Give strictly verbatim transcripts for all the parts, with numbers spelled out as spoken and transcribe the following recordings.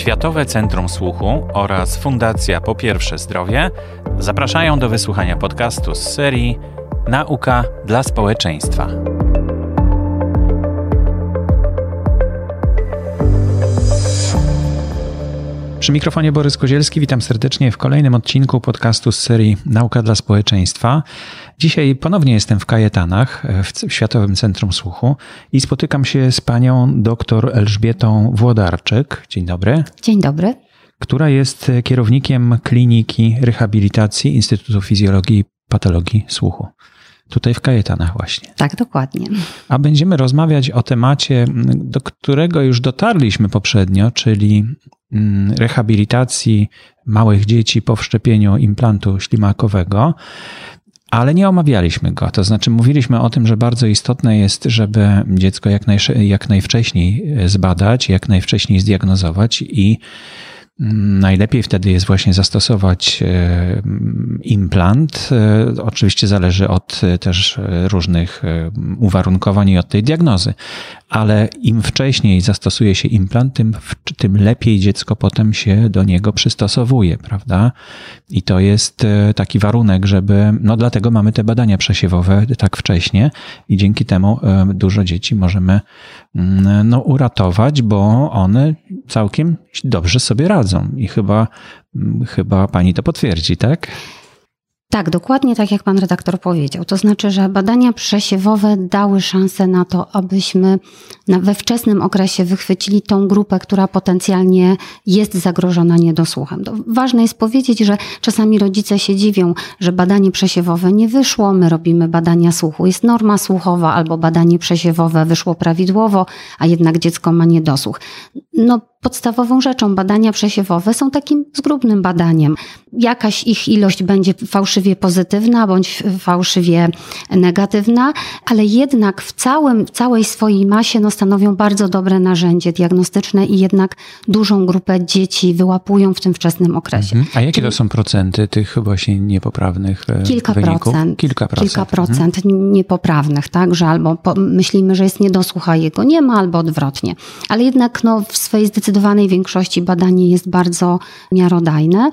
Światowe Centrum Słuchu oraz Fundacja Po Pierwsze Zdrowie zapraszają do wysłuchania podcastu z serii Nauka dla społeczeństwa. Przy mikrofonie Borys Kozielski, witam serdecznie w kolejnym odcinku podcastu z serii Nauka dla społeczeństwa. Dzisiaj ponownie jestem w Kajetanach, w Światowym Centrum Słuchu i spotykam się z panią dr Elżbietą Włodarczyk. Dzień dobry. Dzień dobry. Która jest kierownikiem Kliniki Rehabilitacji Instytutu Fizjologii i Patologii Słuchu. Tutaj w Kajetanach właśnie. Tak, dokładnie. A będziemy rozmawiać o temacie, do którego już dotarliśmy poprzednio, czyli rehabilitacji małych dzieci po wszczepieniu implantu ślimakowego, ale nie omawialiśmy go. To znaczy mówiliśmy o tym, że bardzo istotne jest, żeby dziecko jak, najsz- jak najwcześniej zbadać, jak najwcześniej zdiagnozować i najlepiej wtedy jest właśnie zastosować implant. Oczywiście zależy od też różnych uwarunkowań i od tej diagnozy, ale im wcześniej zastosuje się implant, tym, tym lepiej dziecko potem się do niego przystosowuje, prawda? I to jest taki warunek, żeby, no dlatego mamy te badania przesiewowe tak wcześnie i dzięki temu dużo dzieci możemy no, uratować, bo one całkiem dobrze sobie radzą. I chyba, chyba pani to potwierdzi, tak? Tak, dokładnie tak jak pan redaktor powiedział. To znaczy, że badania przesiewowe dały szansę na to, abyśmy we wczesnym okresie wychwycili tą grupę, która potencjalnie jest zagrożona niedosłuchem. To ważne jest powiedzieć, że czasami rodzice się dziwią, że badanie przesiewowe nie wyszło, my robimy badania słuchu, jest norma słuchowa albo badanie przesiewowe wyszło prawidłowo, a jednak dziecko ma niedosłuch. No, podstawową rzeczą badania przesiewowe są takim zgrubnym badaniem. Jakaś ich ilość będzie fałszywie pozytywna bądź fałszywie negatywna, ale jednak w, całym, w całej swojej masie no, stanowią bardzo dobre narzędzie diagnostyczne i jednak dużą grupę dzieci wyłapują w tym wczesnym okresie. Mhm. A jakie to są procenty tych właśnie niepoprawnych Kilka wyników? Procent, Kilka procent. Kilka procent mhm. niepoprawnych, tak, że albo po, myślimy, że jest niedosłuch, a jego nie ma, albo odwrotnie. Ale jednak no, w swojej zdecydowanej większości badanie jest bardzo miarodajne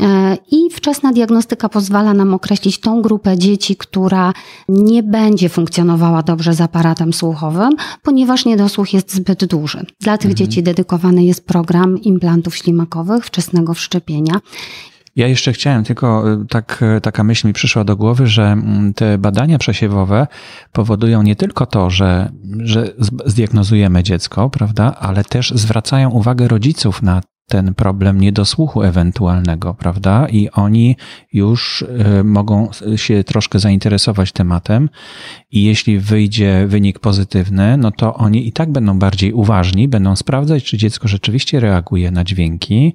i wczesna diagnostyka pozwala nam określić tą grupę dzieci, która nie będzie funkcjonowała dobrze z aparatem słuchowym, ponieważ niedosłuch jest zbyt duży. Dla tych mhm. dzieci dedykowany jest program implantów ślimakowych, wczesnego wszczepienia. Ja jeszcze chciałem, tylko tak, taka myśl mi przyszła do głowy, że te badania przesiewowe powodują nie tylko to, że, że zdiagnozujemy dziecko, prawda, ale też zwracają uwagę rodziców na ten problem niedosłuchu ewentualnego, prawda? I oni już mogą się troszkę zainteresować tematem i jeśli wyjdzie wynik pozytywny, no to oni i tak będą bardziej uważni, będą sprawdzać, czy dziecko rzeczywiście reaguje na dźwięki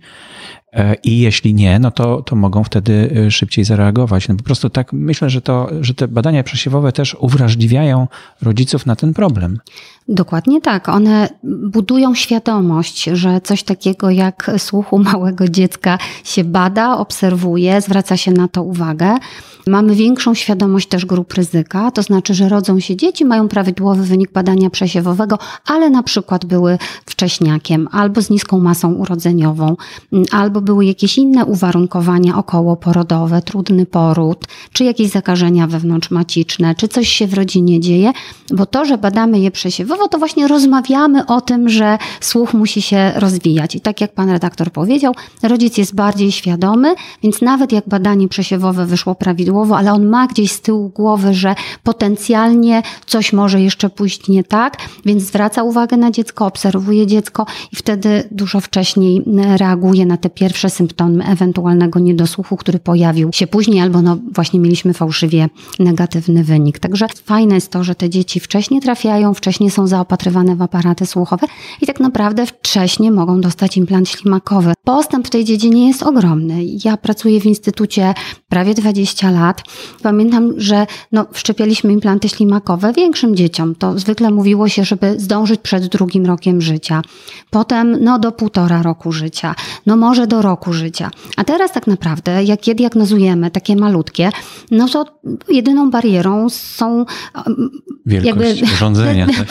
i jeśli nie, no to, to mogą wtedy szybciej zareagować. No po prostu tak myślę, że, to, że te badania przesiewowe też uwrażliwiają rodziców na ten problem. Dokładnie tak. One budują świadomość, że coś takiego jak słuchu małego dziecka się bada, obserwuje, zwraca się na to uwagę. Mamy większą świadomość też grup ryzyka, to znaczy, że rodzą się dzieci, mają prawidłowy wynik badania przesiewowego, ale na przykład były wcześniakiem, albo z niską masą urodzeniową, albo były jakieś inne uwarunkowania okołoporodowe, trudny poród, czy jakieś zakażenia wewnątrzmaciczne, czy coś się w rodzinie dzieje, bo to, że badamy je przesiewowo, to właśnie rozmawiamy o tym, że słuch musi się rozwijać. I tak jak pan redaktor powiedział, rodzic jest bardziej świadomy, więc nawet jak badanie przesiewowe wyszło prawidłowo, ale on ma gdzieś z tyłu głowy, że potencjalnie coś może jeszcze pójść nie tak, więc zwraca uwagę na dziecko, obserwuje dziecko i wtedy dużo wcześniej reaguje na te pierwsze symptomy ewentualnego niedosłuchu, który pojawił się później, albo no właśnie mieliśmy fałszywie negatywny wynik. Także fajne jest to, że te dzieci wcześniej trafiają, wcześniej są zaopatrywane w aparaty słuchowe i tak naprawdę wcześniej mogą dostać implant ślimakowy. Postęp w tej dziedzinie jest ogromny. Ja pracuję w instytucie prawie dwadzieścia lat. Pamiętam, że no, wszczepialiśmy implanty ślimakowe większym dzieciom. To zwykle mówiło się, żeby zdążyć przed drugim rokiem życia. Potem no, do półtora roku życia. No może do roku życia. A teraz tak naprawdę, jak je diagnozujemy, takie malutkie, no to jedyną barierą są wielkość jakby, urządzenia. Tak?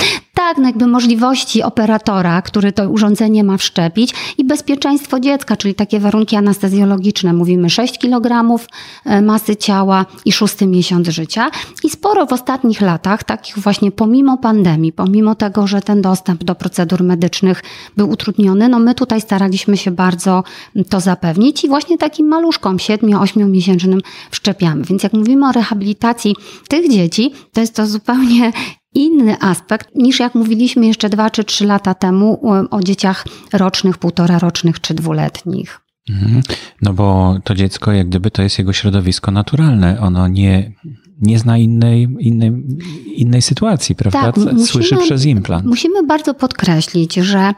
Tak, no jakby możliwości operatora, który to urządzenie ma wszczepić i bezpieczeństwo dziecka, czyli takie warunki anestezjologiczne. Mówimy sześć kilogramów masy ciała i szósty miesiąc życia. I sporo w ostatnich latach, takich właśnie pomimo pandemii, pomimo tego, że ten dostęp do procedur medycznych był utrudniony, no my tutaj staraliśmy się bardzo to zapewnić i właśnie takim maluszkom siedmiu-ośmiomiesięcznym wszczepiamy. Więc jak mówimy o rehabilitacji tych dzieci, to jest to zupełnie inny aspekt niż jak mówiliśmy jeszcze dwa czy trzy lata temu o dzieciach rocznych, półtora rocznych czy dwuletnich. No bo to dziecko jak gdyby to jest jego środowisko naturalne. Ono nie, nie zna innej, innej, innej sytuacji, prawda? Tak, Słyszy musimy, przez implant. Musimy bardzo podkreślić, że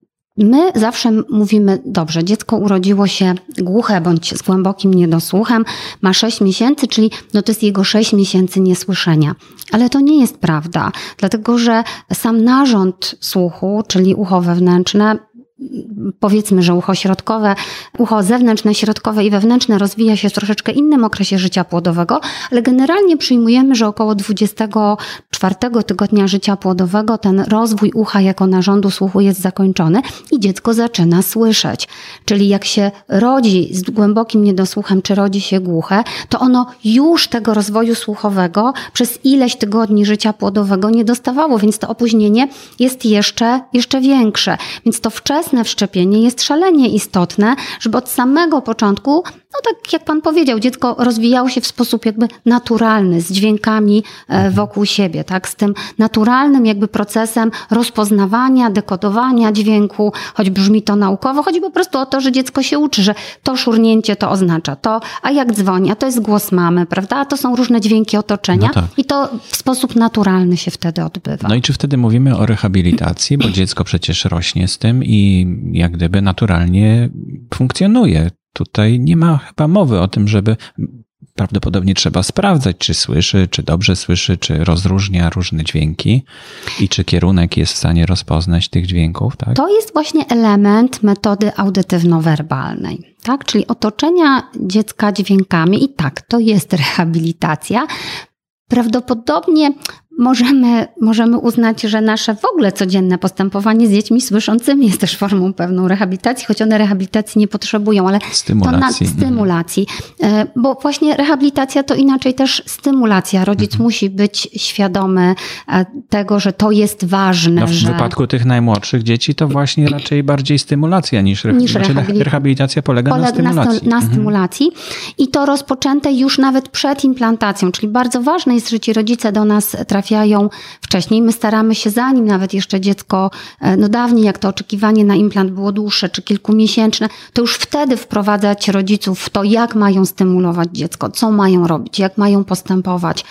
my zawsze mówimy, dobrze, dziecko urodziło się głuche bądź z głębokim niedosłuchem, ma sześć miesięcy, czyli no to jest jego sześć miesięcy niesłyszenia. Ale to nie jest prawda, dlatego że sam narząd słuchu, czyli ucho wewnętrzne, powiedzmy, że ucho środkowe, ucho zewnętrzne, środkowe i wewnętrzne rozwija się w troszeczkę innym okresie życia płodowego, ale generalnie przyjmujemy, że około dwudziestego czwartego tygodnia życia płodowego ten rozwój ucha jako narządu słuchu jest zakończony i dziecko zaczyna słyszeć. Czyli jak się rodzi z głębokim niedosłuchem, czy rodzi się głuche, to ono już tego rozwoju słuchowego przez ileś tygodni życia płodowego nie dostawało, więc to opóźnienie jest jeszcze, jeszcze większe. Więc to wczesne wszczepienie jest szalenie istotne, żeby od samego początku, no tak jak Pan powiedział, dziecko rozwijało się w sposób jakby naturalny, z dźwiękami wokół siebie, tak? Z tym naturalnym jakby procesem rozpoznawania, dekodowania dźwięku, choć brzmi to naukowo, chodzi po prostu o to, że dziecko się uczy, że to szurnięcie to oznacza to, a jak dzwoni, a to jest głos mamy, prawda? A to są różne dźwięki otoczenia no tak. I to w sposób naturalny się wtedy odbywa. No i czy wtedy mówimy o rehabilitacji, bo dziecko przecież rośnie z tym i jak gdyby naturalnie funkcjonuje. Tutaj nie ma chyba mowy o tym, żeby prawdopodobnie trzeba sprawdzać, czy słyszy, czy dobrze słyszy, czy rozróżnia różne dźwięki i czy kierunek jest w stanie rozpoznać tych dźwięków, tak? To jest właśnie element metody audytywno-werbalnej, tak? Czyli otoczenia dziecka dźwiękami i tak, to jest rehabilitacja. Prawdopodobnie możemy, możemy uznać, że nasze w ogóle codzienne postępowanie z dziećmi słyszącymi jest też formą pewną rehabilitacji, choć one rehabilitacji nie potrzebują, ale stymulacji. To na, stymulacji. Bo właśnie rehabilitacja to inaczej też stymulacja. Rodzic mhm. musi być świadomy tego, że to jest ważne. No w że... wypadku tych najmłodszych dzieci to właśnie raczej bardziej stymulacja niż, re... niż rehabilitacja. Rehabilitacja polega, polega na stymulacji. Na, na mhm. stymulacji i to rozpoczęte już nawet przed implantacją, czyli bardzo ważne jest, że ci rodzice do nas trafiają trafiają wcześniej. My staramy się, zanim nawet jeszcze dziecko, no dawniej jak to oczekiwanie na implant było dłuższe czy kilkumiesięczne, to już wtedy wprowadzać rodziców w to, jak mają stymulować dziecko, co mają robić, jak mają postępować.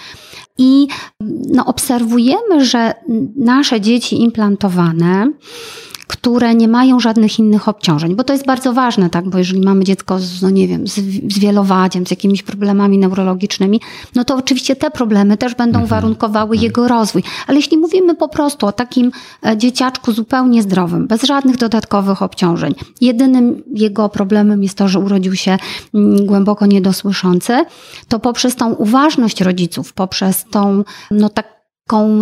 I no, obserwujemy, że nasze dzieci implantowane, które nie mają żadnych innych obciążeń, bo to jest bardzo ważne, tak? Bo jeżeli mamy dziecko z, no nie wiem, z, z wielowadziem, z jakimiś problemami neurologicznymi, no to oczywiście te problemy też będą mhm. warunkowały jego rozwój. Ale jeśli mówimy po prostu o takim dzieciaczku zupełnie zdrowym, bez żadnych dodatkowych obciążeń, jedynym jego problemem jest to, że urodził się głęboko niedosłyszący, to poprzez tą uważność rodziców, poprzez tą, no tak taką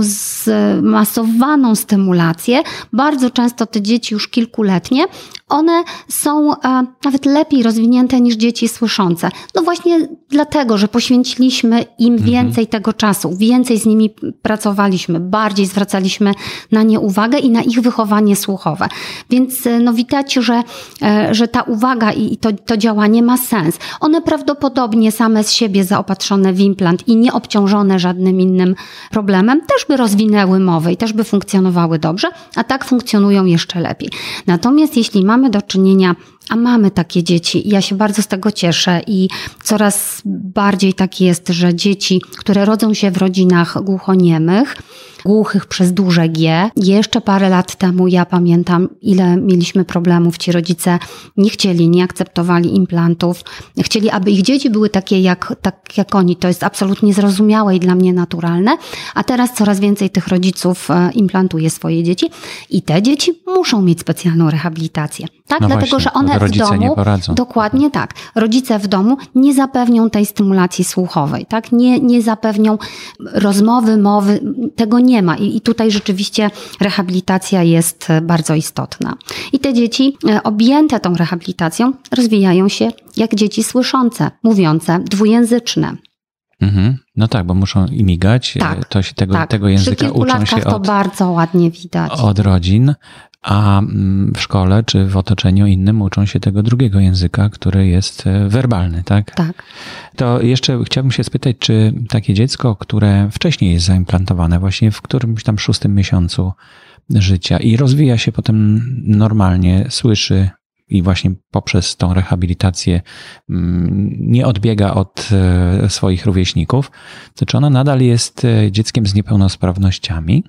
zmasowaną stymulację. Bardzo często te dzieci już kilkuletnie, one są nawet lepiej rozwinięte niż dzieci słyszące. No właśnie dlatego, że poświęciliśmy im więcej mhm. tego czasu, więcej z nimi pracowaliśmy, bardziej zwracaliśmy na nie uwagę i na ich wychowanie słuchowe. Więc no widać, że, że ta uwaga i to, to działanie ma sens. One prawdopodobnie same z siebie zaopatrzone w implant i nie obciążone żadnym innym problemem też by rozwinęły mowę i też by funkcjonowały dobrze, a tak funkcjonują jeszcze lepiej. Natomiast jeśli mamy do czynienia, a mamy takie dzieci i ja się bardzo z tego cieszę i coraz bardziej tak jest, że dzieci, które rodzą się w rodzinach głuchoniemych, głuchych przez duże G. Jeszcze parę lat temu ja pamiętam, ile mieliśmy problemów. Ci rodzice nie chcieli, nie akceptowali implantów. Chcieli, aby ich dzieci były takie jak, tak jak oni. To jest absolutnie zrozumiałe i dla mnie naturalne. A teraz coraz więcej tych rodziców implantuje swoje dzieci i te dzieci muszą mieć specjalną rehabilitację. Tak, no dlatego, właśnie, że one rodzice w domu, nie poradzą. Dokładnie tak. Rodzice w domu nie zapewnią tej stymulacji słuchowej, tak? Nie, nie zapewnią rozmowy, mowy, tego nie ma. I, I tutaj rzeczywiście rehabilitacja jest bardzo istotna. I te dzieci objęte tą rehabilitacją rozwijają się jak dzieci słyszące, mówiące, dwujęzyczne. Mhm. No tak, bo muszą i migać, tak, to się tego, tak. tego języka uczą się to od, bardzo ładnie widać. od rodzin, a w szkole czy w otoczeniu innym uczą się tego drugiego języka, który jest werbalny, tak? Tak. To jeszcze chciałbym się spytać, czy takie dziecko, które wcześniej jest zaimplantowane, właśnie w którymś tam szóstym miesiącu życia i rozwija się potem normalnie, słyszy i właśnie poprzez tą rehabilitację nie odbiega od swoich rówieśników, to czy ona nadal jest dzieckiem z niepełnosprawnościami?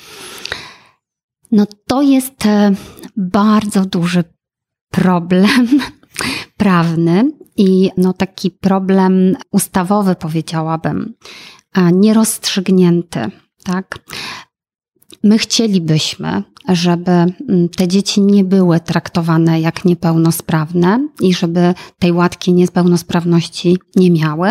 No to jest bardzo duży problem prawny i no taki problem ustawowy, powiedziałabym, nierozstrzygnięty, tak? My chcielibyśmy, żeby te dzieci nie były traktowane jak niepełnosprawne i żeby tej łatki niepełnosprawności nie miały,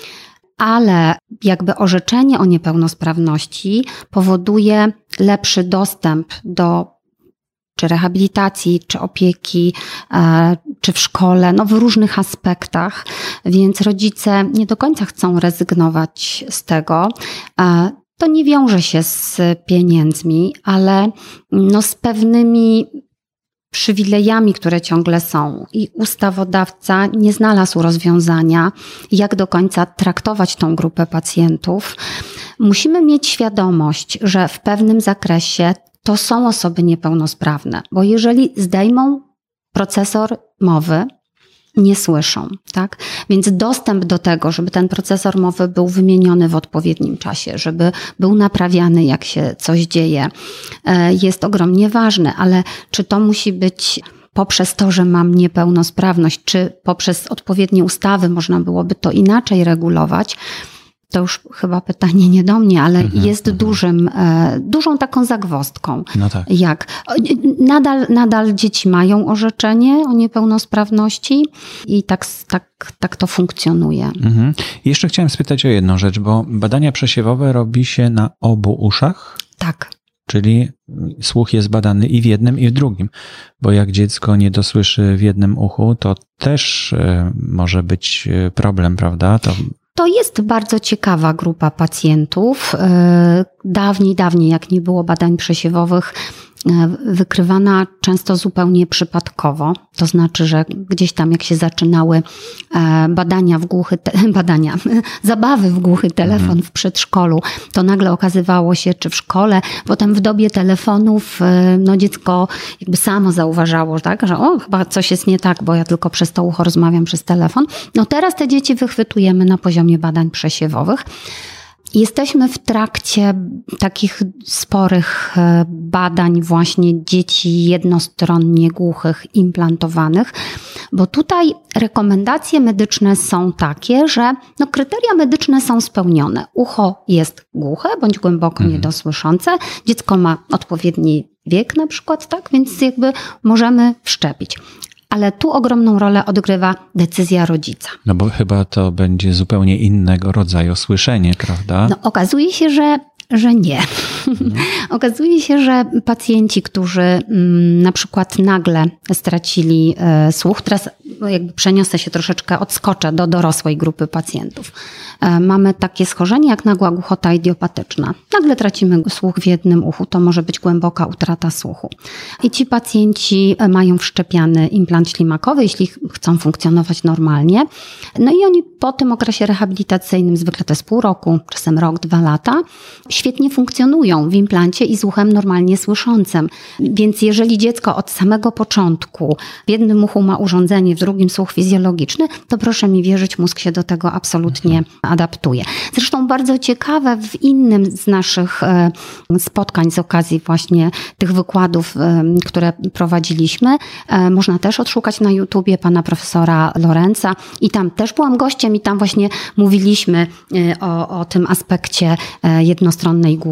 ale jakby orzeczenie o niepełnosprawności powoduje lepszy dostęp do czy rehabilitacji, czy opieki, czy w szkole, no w różnych aspektach, więc rodzice nie do końca chcą rezygnować z tego. To nie wiąże się z pieniędzmi, ale no z pewnymi przywilejami, które ciągle są. I ustawodawca nie znalazł rozwiązania, jak do końca traktować tą grupę pacjentów. Musimy mieć świadomość, że w pewnym zakresie to są osoby niepełnosprawne, bo jeżeli zdejmą procesor mowy, nie słyszą, tak? Więc dostęp do tego, żeby ten procesor mowy był wymieniony w odpowiednim czasie, żeby był naprawiany, jak się coś dzieje, jest ogromnie ważny, ale czy to musi być poprzez to, że mam niepełnosprawność, czy poprzez odpowiednie ustawy można byłoby to inaczej regulować? To już chyba pytanie nie do mnie, ale mhm, jest mhm. dużym, dużą taką zagwozdką. No tak. Jak? Nadal, nadal dzieci mają orzeczenie o niepełnosprawności i tak, tak, tak to funkcjonuje. Mhm. Jeszcze chciałem spytać o jedną rzecz, bo badania przesiewowe robi się na obu uszach? Tak. Czyli słuch jest badany i w jednym, i w drugim. Bo jak dziecko nie dosłyszy w jednym uchu, to też może być problem, prawda? To... To jest bardzo ciekawa grupa pacjentów. Dawniej, dawniej, jak nie było badań przesiewowych, wykrywana często zupełnie przypadkowo. To znaczy, że gdzieś tam jak się zaczynały badania w głuchy, te, badania, zabawy w głuchy telefon mhm. w przedszkolu, to nagle okazywało się, czy w szkole, potem w dobie telefonów, no dziecko jakby samo zauważało, tak, że o, chyba coś jest nie tak, bo ja tylko przez to ucho rozmawiam przez telefon. No teraz te dzieci wychwytujemy na poziomie badań przesiewowych. Jesteśmy w trakcie takich sporych badań właśnie dzieci jednostronnie głuchych implantowanych, bo tutaj rekomendacje medyczne są takie, że no kryteria medyczne są spełnione. Ucho jest głuche bądź głęboko mhm. niedosłyszące, dziecko ma odpowiedni wiek na przykład, tak, więc jakby możemy wszczepić. Ale tu ogromną rolę odgrywa decyzja rodzica. No bo chyba to będzie zupełnie innego rodzaju słyszenie, prawda? No okazuje się, że, że nie. Mhm. Okazuje się, że pacjenci, którzy mm, na przykład nagle stracili e, słuch, teraz jakby przeniosę się troszeczkę, odskoczę do dorosłej grupy pacjentów. E, mamy takie schorzenie jak nagła głuchota idiopatyczna. Nagle tracimy słuch w jednym uchu, to może być głęboka utrata słuchu. I ci pacjenci mają wszczepiany implant ślimakowy, jeśli chcą funkcjonować normalnie. No i oni po tym okresie rehabilitacyjnym, zwykle to jest pół roku, czasem rok, dwa lata, świetnie funkcjonują w implancie i z uchem normalnie słyszącym. Więc jeżeli dziecko od samego początku w jednym uchu ma urządzenie, w drugim słuch fizjologiczny, to proszę mi wierzyć, mózg się do tego absolutnie adaptuje. Zresztą bardzo ciekawe w innym z naszych spotkań z okazji właśnie tych wykładów, które prowadziliśmy, można też odszukać na YouTubie pana profesora Lorenza i tam też byłam gościem i tam właśnie mówiliśmy o, o tym aspekcie jednostronnej głuchoty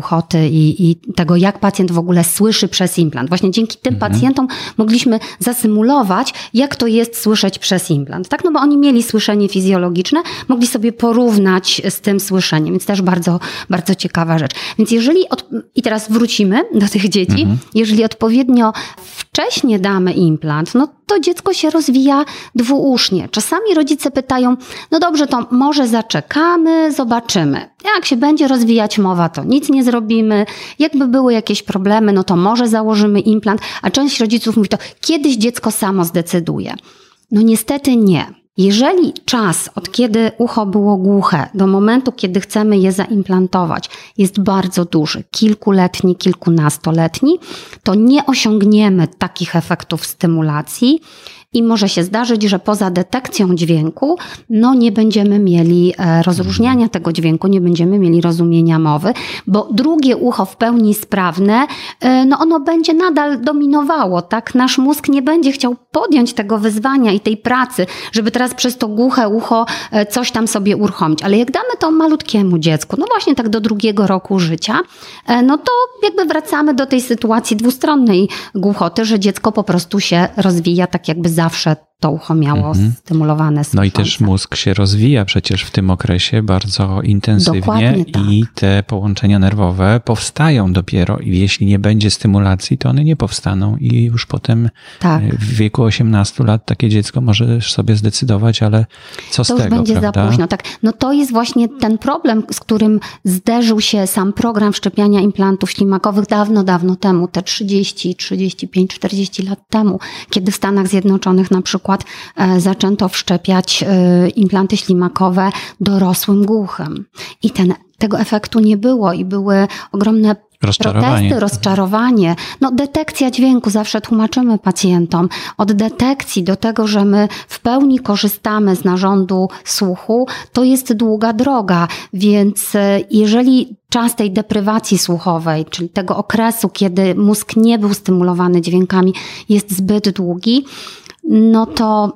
i, i tego, jak pacjent w ogóle słyszy przez implant. Właśnie dzięki tym mhm. pacjentom mogliśmy zasymulować, jak to jest słyszeć przez implant. Tak? No bo oni mieli słyszenie fizjologiczne, mogli sobie porównać z tym słyszeniem, więc też bardzo, bardzo ciekawa rzecz. Więc jeżeli, od... i teraz wrócimy do tych dzieci, mhm. jeżeli odpowiednio wcześnie damy implant, no to dziecko się rozwija dwuusznie. Czasami rodzice pytają, no dobrze, to może zaczekamy, zobaczymy. Jak się będzie rozwijać mowa, to nic nie zrobimy. Jakby były jakieś problemy, no to może założymy implant. A część rodziców mówi to, kiedyś dziecko samo zdecyduje. No niestety nie. Jeżeli czas, od kiedy ucho było głuche, do momentu, kiedy chcemy je zaimplantować, jest bardzo duży, kilkuletni, kilkunastoletni, to nie osiągniemy takich efektów stymulacji i może się zdarzyć, że poza detekcją dźwięku, no nie będziemy mieli rozróżniania tego dźwięku, nie będziemy mieli rozumienia mowy, bo drugie ucho w pełni sprawne, no ono będzie nadal dominowało, tak? Nasz mózg nie będzie chciał podjąć tego wyzwania i tej pracy, żeby teraz przez to głuche ucho coś tam sobie uruchomić. Ale jak damy to malutkiemu dziecku, no właśnie tak do drugiego roku życia, no to jakby wracamy do tej sytuacji dwustronnej głuchoty, że dziecko po prostu się rozwija tak jakby zawsze to ucho miało mhm. stymulowane słyszące. No i też mózg się rozwija przecież w tym okresie bardzo intensywnie tak. i te połączenia nerwowe powstają dopiero i jeśli nie będzie stymulacji, to one nie powstaną i już potem tak. w wieku osiemnastu lat takie dziecko może sobie zdecydować, ale co to z tego, już będzie prawda? za późno, tak. No to jest właśnie ten problem, z którym zderzył się sam program wszczepiania implantów ślimakowych dawno, dawno temu, te trzydzieści, trzydzieści pięć, czterdzieści lat temu, kiedy w Stanach Zjednoczonych na przykład zaczęto wszczepiać implanty ślimakowe dorosłym głuchym. I ten, tego efektu nie było i były ogromne Rozczarowanie. protesty, rozczarowanie. No detekcja dźwięku, zawsze tłumaczymy pacjentom. Od detekcji do tego, że my w pełni korzystamy z narządu słuchu, to jest długa droga. Więc jeżeli czas tej deprywacji słuchowej, czyli tego okresu, kiedy mózg nie był stymulowany dźwiękami, jest zbyt długi, no to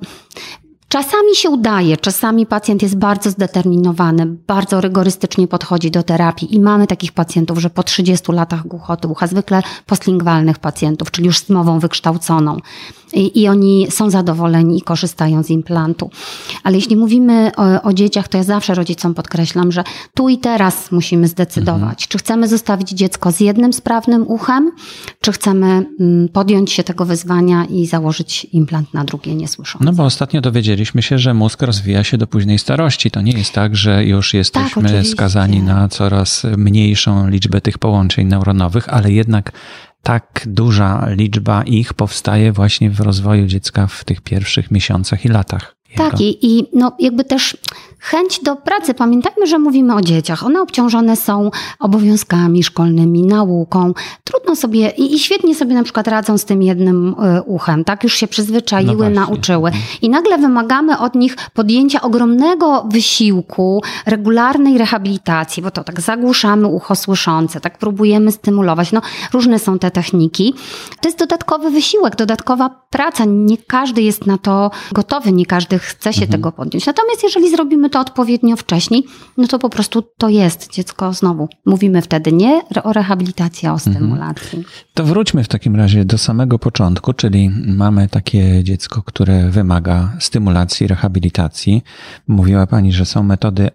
czasami się udaje, czasami pacjent jest bardzo zdeterminowany, bardzo rygorystycznie podchodzi do terapii i mamy takich pacjentów, że po trzydziestu latach głuchoty ucha, zwykle postlingwalnych pacjentów, czyli już z mową wykształconą i, i oni są zadowoleni i korzystają z implantu. Ale jeśli mówimy o, o dzieciach, to ja zawsze rodzicom podkreślam, że tu i teraz musimy zdecydować, mhm. czy chcemy zostawić dziecko z jednym sprawnym uchem, czy chcemy podjąć się tego wyzwania i założyć implant na drugie niesłyszące. No bo ostatnio dowiedzieliśmy się, że mózg rozwija się do późnej starości. To nie jest tak, że już jesteśmy tak, skazani na coraz mniejszą liczbę tych połączeń neuronowych, ale jednak tak duża liczba ich powstaje właśnie w rozwoju dziecka w tych pierwszych miesiącach i latach. Jego. Tak i, i no jakby też chęć do pracy. Pamiętajmy, że mówimy o dzieciach. One obciążone są obowiązkami szkolnymi, nauką. Trudno sobie i, i świetnie sobie na przykład radzą z tym jednym y, uchem. Tak już się przyzwyczaiły, no nauczyły. I nagle wymagamy od nich podjęcia ogromnego wysiłku, regularnej rehabilitacji, bo to tak zagłuszamy ucho słyszące, tak próbujemy stymulować. No różne są te techniki. To jest dodatkowy wysiłek, dodatkowa praca. Nie każdy jest na to gotowy, nie każdy chce się mhm. tego podjąć. Natomiast jeżeli zrobimy to odpowiednio wcześniej, no to po prostu to jest dziecko znowu. Mówimy wtedy nie o rehabilitacji, a o stymulacji. Mhm. To wróćmy w takim razie do samego początku, czyli mamy takie dziecko, które wymaga stymulacji, rehabilitacji. Mówiła Pani, że są metody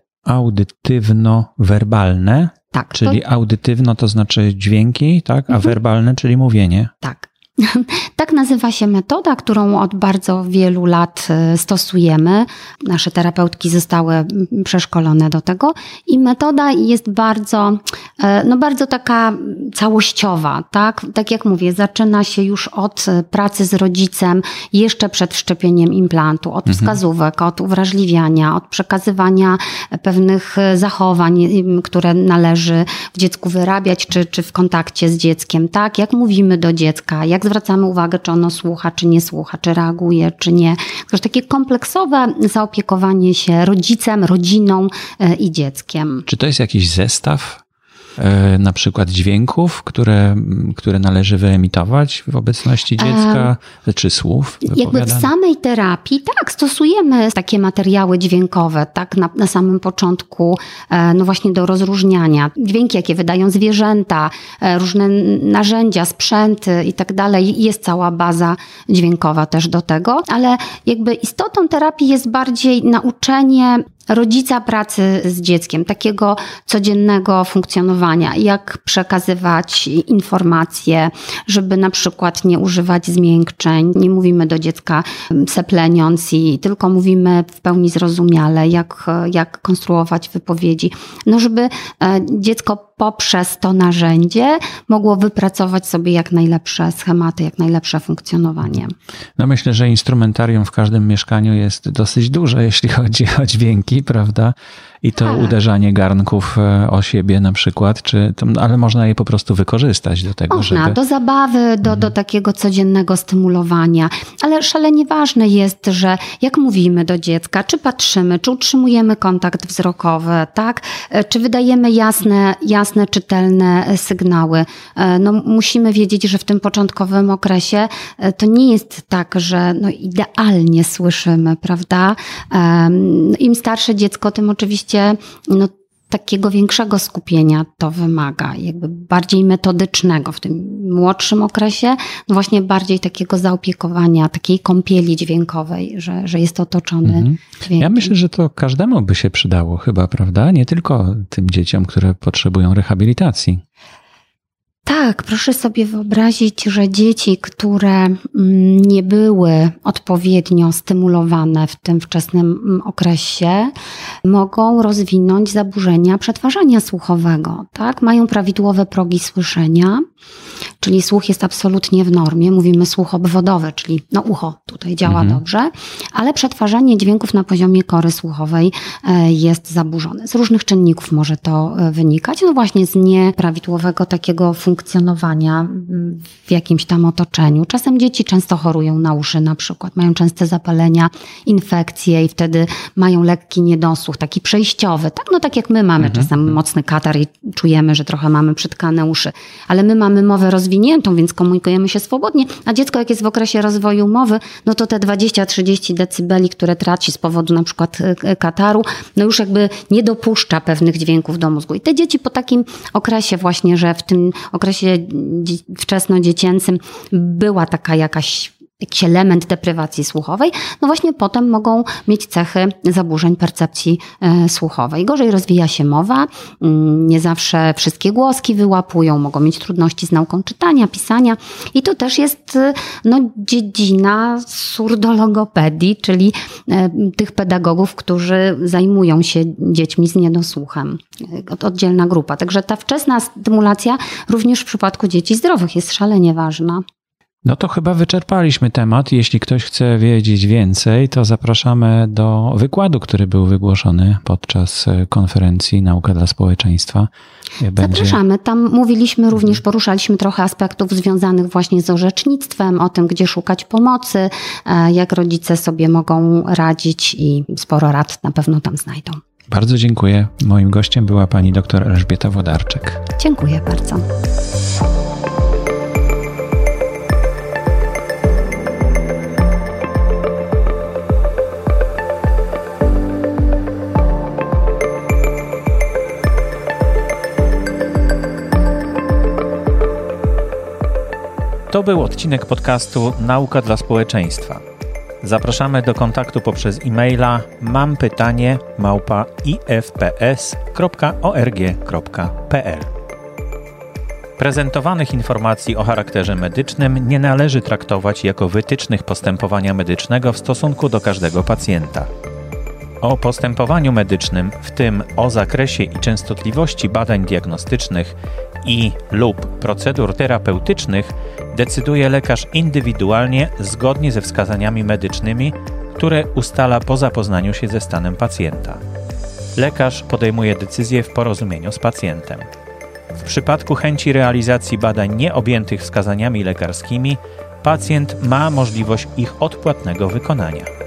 audytywno-werbalne. Tak. Czyli to... audytywno to znaczy dźwięki, tak? A mhm. werbalne, czyli mówienie. Tak. Tak nazywa się metoda, którą od bardzo wielu lat stosujemy. Nasze terapeutki zostały przeszkolone do tego i metoda jest bardzo, no bardzo taka całościowa, tak? Tak jak mówię, zaczyna się już od pracy z rodzicem jeszcze przed wszczepieniem implantu, od mhm. wskazówek, od uwrażliwiania, od przekazywania pewnych zachowań, które należy w dziecku wyrabiać, czy, czy w kontakcie z dzieckiem, tak? Jak mówimy do dziecka, jak zwracamy uwagę, czy ono słucha, czy nie słucha, czy reaguje, czy nie. To jest takie kompleksowe zaopiekowanie się rodzicem, rodziną i dzieckiem. Czy to jest jakiś zestaw na przykład dźwięków, które, które należy wyemitować w obecności dziecka, e, czy słów Jakby w samej terapii, tak, stosujemy takie materiały dźwiękowe, tak, na, na samym początku, e, no właśnie do rozróżniania. Dźwięki, jakie wydają zwierzęta, e, różne narzędzia, sprzęty i tak dalej. Jest cała baza dźwiękowa też do tego, ale jakby istotą terapii jest bardziej nauczenie rodzica pracy z dzieckiem, takiego codziennego funkcjonowania, jak przekazywać informacje, żeby na przykład nie używać zmiękczeń. Nie mówimy do dziecka sepleniąc i tylko mówimy w pełni zrozumiale, jak, jak konstruować wypowiedzi. No, żeby dziecko poprzez to narzędzie mogło wypracować sobie jak najlepsze schematy, jak najlepsze funkcjonowanie. No myślę, że instrumentarium w każdym mieszkaniu jest dosyć duże, jeśli chodzi o dźwięki, prawda? I to tak. uderzanie garnków o siebie na przykład, czy to, ale można je po prostu wykorzystać do tego, można, żeby... do zabawy, do, mhm. do takiego codziennego stymulowania. Ale szalenie ważne jest, że jak mówimy do dziecka, czy patrzymy, czy utrzymujemy kontakt wzrokowy, tak? Czy wydajemy jasne, jasne, czytelne sygnały. No, musimy wiedzieć, że w tym początkowym okresie to nie jest tak, że no, idealnie słyszymy, prawda? Im starsze dziecko, tym oczywiście no, takiego większego skupienia to wymaga, jakby bardziej metodycznego w tym młodszym okresie, no właśnie bardziej takiego zaopiekowania, takiej kąpieli dźwiękowej, że, że jest otoczony mhm. dźwiękiem. Ja myślę, że to każdemu by się przydało chyba, prawda? Nie tylko tym dzieciom, które potrzebują rehabilitacji. Tak, proszę sobie wyobrazić, że dzieci, które nie były odpowiednio stymulowane w tym wczesnym okresie, mogą rozwinąć zaburzenia przetwarzania słuchowego. Tak? Mają prawidłowe progi słyszenia, czyli słuch jest absolutnie w normie. Mówimy słuch obwodowy, czyli no ucho tutaj działa mhm. dobrze, ale przetwarzanie dźwięków na poziomie kory słuchowej jest zaburzone. Z różnych czynników może to wynikać. No właśnie z nieprawidłowego takiego funkcjonowania funkcjonowania w jakimś tam otoczeniu. Czasem dzieci często chorują na uszy na przykład, mają częste zapalenia, infekcje i wtedy mają lekki niedosłuch, taki przejściowy. Tak, no tak jak my mamy mhm. czasem mocny katar i czujemy, że trochę mamy przytkane uszy, ale my mamy mowę rozwiniętą, więc komunikujemy się swobodnie, a dziecko jak jest w okresie rozwoju mowy, no to te dwadzieścia trzydzieści decybeli, które traci z powodu na przykład kataru, no już jakby nie dopuszcza pewnych dźwięków do mózgu. I te dzieci po takim okresie właśnie, że w tym okresie wczesnodziecięcym była taka jakaś jakiś element deprywacji słuchowej, no właśnie potem mogą mieć cechy zaburzeń percepcji e, słuchowej. Gorzej rozwija się mowa, nie zawsze wszystkie głoski wyłapują, mogą mieć trudności z nauką czytania, pisania i to też jest no, dziedzina surdologopedii, czyli e, tych pedagogów, którzy zajmują się dziećmi z niedosłuchem. Od, oddzielna grupa. Także ta wczesna stymulacja również w przypadku dzieci zdrowych jest szalenie ważna. No to chyba wyczerpaliśmy temat. Jeśli ktoś chce wiedzieć więcej, to zapraszamy do wykładu, który był wygłoszony podczas konferencji Nauka dla społeczeństwa. Będzie... Zapraszamy. Tam mówiliśmy również, poruszaliśmy trochę aspektów związanych właśnie z orzecznictwem, o tym, gdzie szukać pomocy, jak rodzice sobie mogą radzić i sporo rad na pewno tam znajdą. Bardzo dziękuję. Moim gościem była pani dr Elżbieta Włodarczyk. Dziękuję bardzo. To był odcinek podcastu Nauka dla społeczeństwa. Zapraszamy do kontaktu poprzez e-maila mam pytanie małpa i f p s kropka org kropka p l. Prezentowanych informacji o charakterze medycznym nie należy traktować jako wytycznych postępowania medycznego w stosunku do każdego pacjenta. O postępowaniu medycznym, w tym o zakresie i częstotliwości badań diagnostycznych i lub procedur terapeutycznych decyduje lekarz indywidualnie zgodnie ze wskazaniami medycznymi, które ustala po zapoznaniu się ze stanem pacjenta. Lekarz podejmuje decyzję w porozumieniu z pacjentem. W przypadku chęci realizacji badań nieobjętych wskazaniami lekarskimi, pacjent ma możliwość ich odpłatnego wykonania.